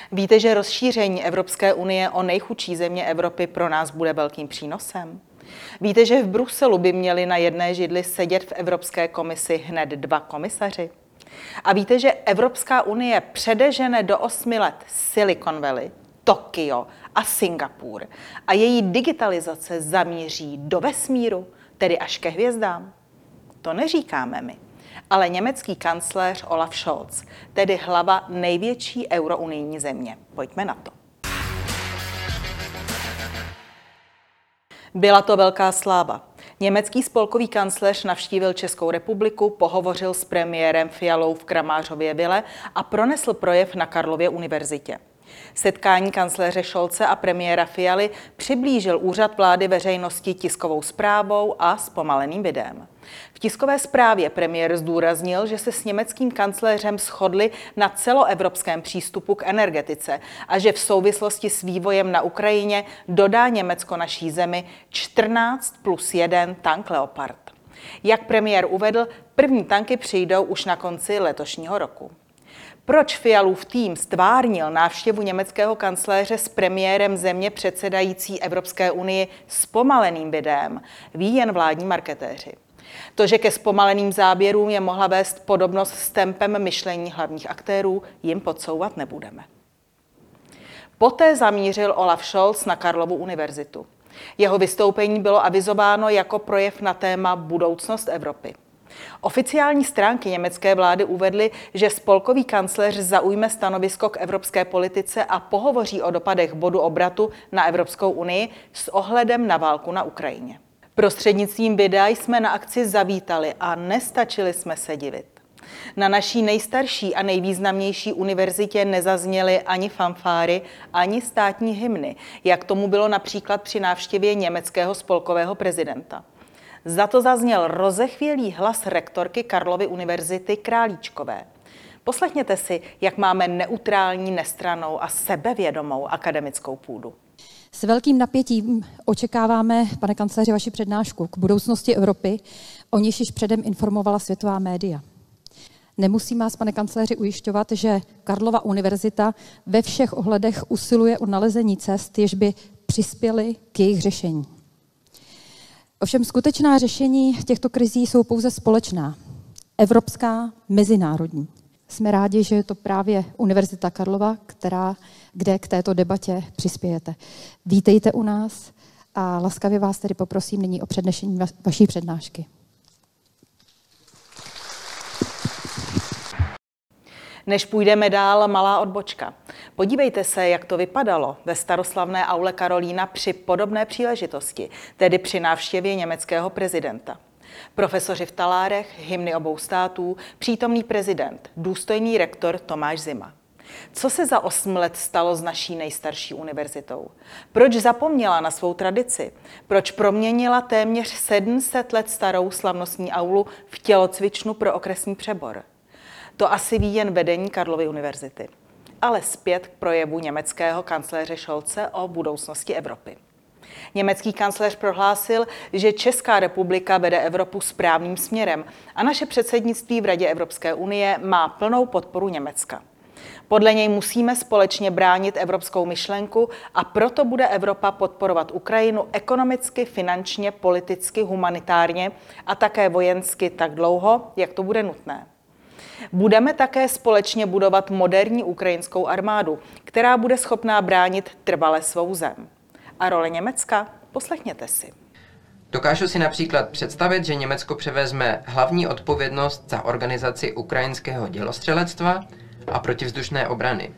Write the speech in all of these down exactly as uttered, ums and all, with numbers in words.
Víte, že rozšíření Evropské unie o nejchudší země Evropy pro nás bude velkým přínosem? Víte, že v Bruselu by měli na jedné židli sedět v Evropské komisi hned dva komisaři? A víte, že Evropská unie předežene do osmi let Silicon Valley, Tokio a Singapur a její digitalizace zamíří do vesmíru, tedy až ke hvězdám? To neříkáme my, ale německý kancléř Olaf Scholz, tedy hlava největší eurounijní země. Pojďme na to. Byla to velká sláva. Německý spolkový kancléř navštívil Českou republiku, pohovořil s premiérem Fialou v Kramářově vile a pronesl projev na Karlově univerzitě. Setkání kancléře Scholze a premiéra Fialy přiblížil úřad vlády veřejnosti tiskovou zprávou a zpomaleným videem. V tiskové zprávě premiér zdůraznil, že se s německým kancléřem shodli na celoevropském přístupu k energetice a že v souvislosti s vývojem na Ukrajině dodá Německo naší zemi čtrnáct plus jeden tank Leopard. Jak premiér uvedl, první tanky přijdou už na konci letošního roku. Proč Fialův tým stvárnil návštěvu německého kancléře s premiérem země předsedající Evropské unii zpomaleným videem, ví jen vládní marketéři. To, že ke zpomaleným záběrům je mohla vést podobnost s tempem myšlení hlavních aktérů, jim podsouvat nebudeme. Poté zamířil Olaf Scholz na Karlovu univerzitu. Jeho vystoupení bylo avizováno jako projev na téma budoucnost Evropy. Oficiální stránky německé vlády uvedly, že spolkový kancléř zaujme stanovisko k evropské politice a pohovoří o dopadech bodu obratu na Evropskou unii s ohledem na válku na Ukrajině. Prostřednictvím videa jsme na akci zavítali a nestačili jsme se divit. Na naší nejstarší a nejvýznamnější univerzitě nezazněly ani fanfáry, ani státní hymny, jak tomu bylo například při návštěvě německého spolkového prezidenta. Za to zazněl rozechvělý hlas rektorky Karlovy univerzity Králíčkové. Poslechněte si, jak máme neutrální, nestrannou a sebevědomou akademickou půdu. S velkým napětím očekáváme, pane kancléři, vaši přednášku k budoucnosti Evropy, o níž již předem informovala světová média. Nemusím vás, pane kancléři, ujišťovat, že Karlova univerzita ve všech ohledech usiluje o nalezení cest, jež by přispěly k jejich řešení. Ovšem skutečná řešení těchto krizí jsou pouze společná, evropská, mezinárodní. Jsme rádi, že je to právě Univerzita Karlova, která, kde k této debatě přispějete. Vítejte u nás a laskavě vás tedy poprosím nyní o přednesení vaší přednášky. Než půjdeme dál, malá odbočka. Podívejte se, jak to vypadalo ve staroslavné aule Karolína při podobné příležitosti, tedy při návštěvě německého prezidenta. Profesoři v talárech, hymny obou států, přítomný prezident, důstojný rektor Tomáš Zima. Co se za osm let stalo s naší nejstarší univerzitou? Proč zapomněla na svou tradici? Proč proměnila téměř sedm set let starou slavnostní aulu v tělocvičnu pro okresní přebor? To asi ví jen vedení Karlovy univerzity. Ale zpět k projevu německého kancléře Scholze o budoucnosti Evropy. Německý kancléř prohlásil, že Česká republika vede Evropu správným směrem a naše předsednictví v Radě Evropské unie má plnou podporu Německa. Podle něj musíme společně bránit evropskou myšlenku a proto bude Evropa podporovat Ukrajinu ekonomicky, finančně, politicky, humanitárně a také vojensky tak dlouho, jak to bude nutné. Budeme také společně budovat moderní ukrajinskou armádu, která bude schopná bránit trvale svou zem. A role Německa? Poslechněte si. Dokážu si například představit, že Německo převezme hlavní odpovědnost za organizaci ukrajinského dělostřelectva a protivzdušné obrany.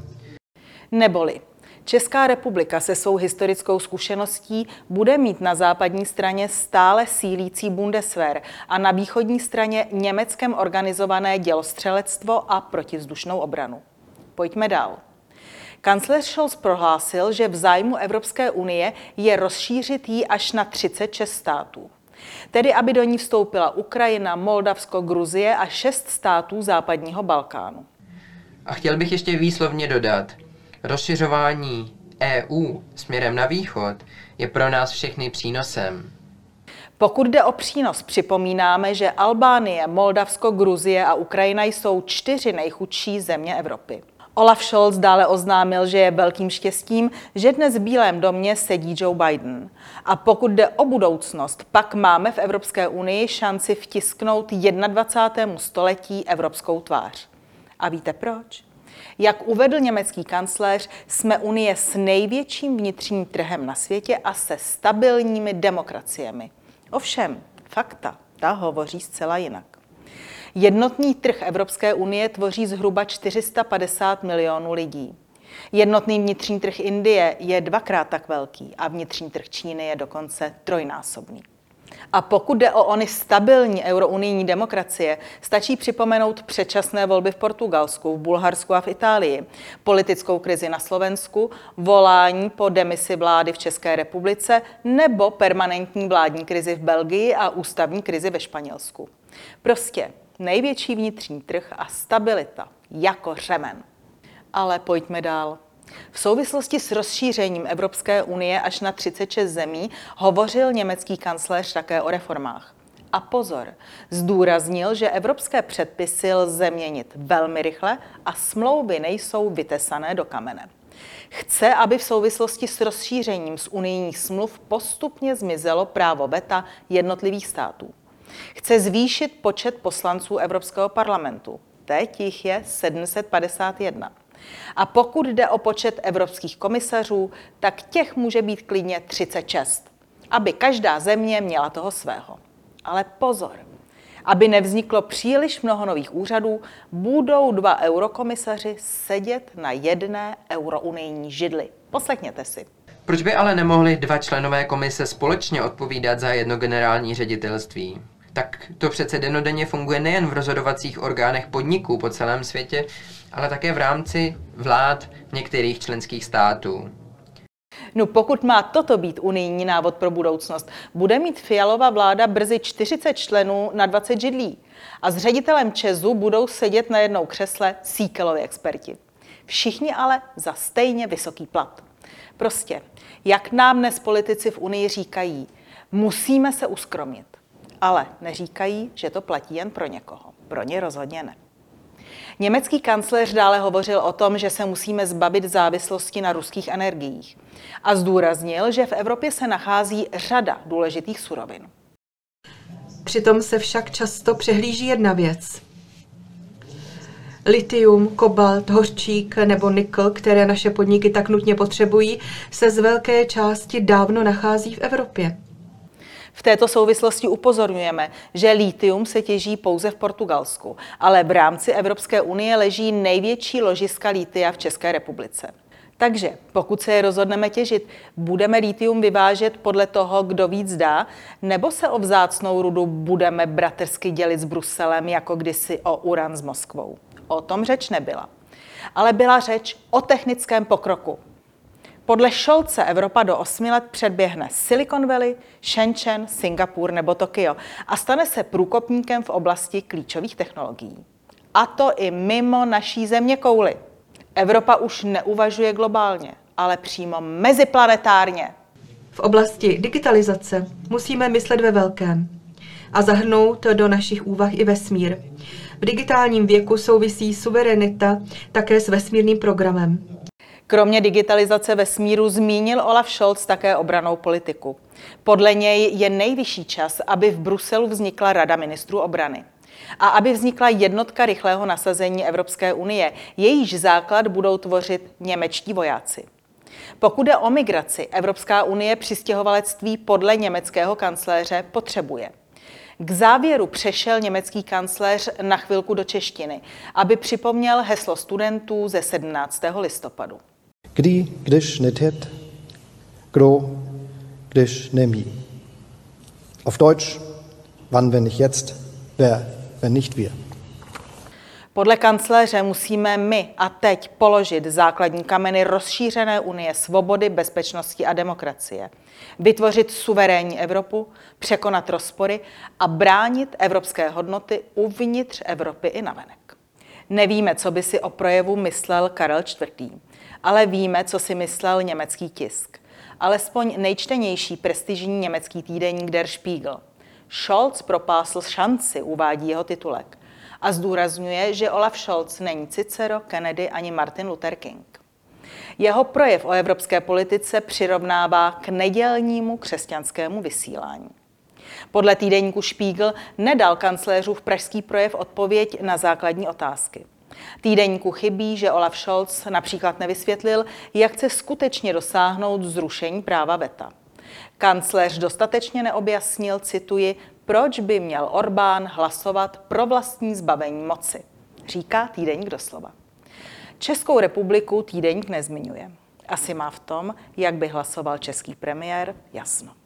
Neboli Česká republika se svou historickou zkušeností bude mít na západní straně stále sílící Bundeswehr a na východní straně Německem organizované dělostřelectvo a protivzdušnou obranu. Pojďme dál. Kancléř Scholz prohlásil, že v zájmu Evropské unie je rozšířit ji až na třicet šest států. Tedy aby do ní vstoupila Ukrajina, Moldavsko, Gruzie a šest států západního Balkánu. A chtěl bych ještě výslovně dodat, rozšiřování E U směrem na východ je pro nás všechny přínosem. Pokud jde o přínos, připomínáme, že Albánie, Moldavsko, Gruzie a Ukrajina jsou čtyři nejchudší země Evropy. Olaf Scholz dále oznámil, že je velkým štěstím, že dnes v Bílém domě sedí Joe Biden. A pokud jde o budoucnost, pak máme v Evropské unii šanci vtisknout dvacátému prvnímu století evropskou tvář. A víte proč? Jak uvedl německý kancléř, jsme unie s největším vnitřním trhem na světě a se stabilními demokraciemi. Ovšem, fakta, ta hovoří zcela jinak. Jednotný trh Evropské unie tvoří zhruba čtyři sta padesát milionů lidí. Jednotný vnitřní trh Indie je dvakrát tak velký a vnitřní trh Číny je dokonce trojnásobný. A pokud jde o ony stabilní eurounijní demokracie, stačí připomenout předčasné volby v Portugalsku, v Bulharsku a v Itálii, politickou krizi na Slovensku, volání po demisi vlády v České republice nebo permanentní vládní krizi v Belgii a ústavní krizi ve Španělsku. Prostě největší vnitřní trh a stabilita jako řemen. Ale pojďme dál. V souvislosti s rozšířením Evropské unie až na třicet šest zemí hovořil německý kancléř také o reformách. A pozor, zdůraznil, že evropské předpisy lze měnit velmi rychle a smlouvy nejsou vytesané do kamene. Chce, aby v souvislosti s rozšířením z unijních smluv postupně zmizelo právo veta jednotlivých států. Chce zvýšit počet poslanců Evropského parlamentu. Teď jich je sedm set padesát jedna. A pokud jde o počet evropských komisařů, tak těch může být klidně třicet šest, aby každá země měla toho svého. Ale pozor, aby nevzniklo příliš mnoho nových úřadů, budou dva eurokomisaři sedět na jedné eurounijní židli. Poslechněte si. Proč by ale nemohli dva členové komise společně odpovídat za jedno generální ředitelství? Tak to přece dennodenně funguje nejen v rozhodovacích orgánech podniků po celém světě, ale také v rámci vlád některých členských států. No pokud má toto být unijní návod pro budoucnost, bude mít Fialova vláda brzy čtyřicet členů na dvacet židlí a s ředitelem ČEZu budou sedět na jednou křesle Síkelovi experti. Všichni ale za stejně vysoký plat. Prostě, jak nám dnes politici v Unii říkají, musíme se uskromnit. Ale neříkají, že to platí jen pro někoho. Pro ně rozhodně ne. Německý kancléř dále hovořil o tom, že se musíme zbavit závislosti na ruských energiích a zdůraznil, že v Evropě se nachází řada důležitých surovin. Přitom se však často přehlíží jedna věc. Litium, kobalt, hořčík nebo nikl, které naše podniky tak nutně potřebují, se z velké části dávno nachází v Evropě. V této souvislosti upozorňujeme, že litium se těží pouze v Portugalsku, ale v rámci Evropské unie leží největší ložiska litia v České republice. Takže pokud se je rozhodneme těžit, budeme litium vyvážet podle toho, kdo víc dá, nebo se o vzácnou rudu budeme bratrsky dělit s Bruselem, jako kdysi o uran s Moskvou. O tom řeč nebyla. Ale byla řeč o technickém pokroku. Podle Scholze Evropa do osmi let předběhne Silicon Valley, Shenzhen, Singapur nebo Tokio a stane se průkopníkem v oblasti klíčových technologií. A to i mimo naší zeměkouli. Evropa už neuvažuje globálně, ale přímo meziplanetárně. V oblasti digitalizace musíme myslet ve velkém a zahrnout do našich úvah i vesmír. V digitálním věku souvisí suverenita také s vesmírným programem. Kromě digitalizace vesmíru zmínil Olaf Scholz také obrannou politiku. Podle něj je nejvyšší čas, aby v Bruselu vznikla Rada ministrů obrany. A aby vznikla jednotka rychlého nasazení Evropské unie, jejíž základ budou tvořit němečtí vojáci. Pokud jde o migraci, Evropská unie přistěhovalectví podle německého kancléře potřebuje. K závěru přešel německý kancléř na chvilku do češtiny, aby připomněl heslo studentů ze sedmnáctého listopadu. Kdy, když netet, kdo, když nemí. Auf Deutsch, wann, wenn nicht jetzt, wer, wenn nicht wir. Podle kancléře musíme my a teď položit základní kameny rozšířené unie svobody, bezpečnosti a demokracie. Vytvořit suverénní Evropu, překonat rozpory a bránit evropské hodnoty uvnitř Evropy i navenek. Nevíme, co by si o projevu myslel Karel čtvrtý, ale víme, co si myslel německý tisk. Alespoň nejčtenější prestižní německý týdeník Der Spiegel. Scholz propásl šanci, uvádí jeho titulek. A zdůrazňuje, že Olaf Scholz není Cicero, Kennedy ani Martin Luther King. Jeho projev o evropské politice přirovnává k nedělnímu křesťanskému vysílání. Podle týdeníku Spiegel nedal kancléřův pražský projev odpověď na základní otázky. Týdeníku chybí, že Olaf Scholz například nevysvětlil, jak chce skutečně dosáhnout zrušení práva veta. Kancléř dostatečně neobjasnil, cituji, proč by měl Orbán hlasovat pro vlastní zbavení moci, říká týdeník doslova. Českou republiku týdeník nezmiňuje. Asi má v tom, jak by hlasoval český premiér, jasno.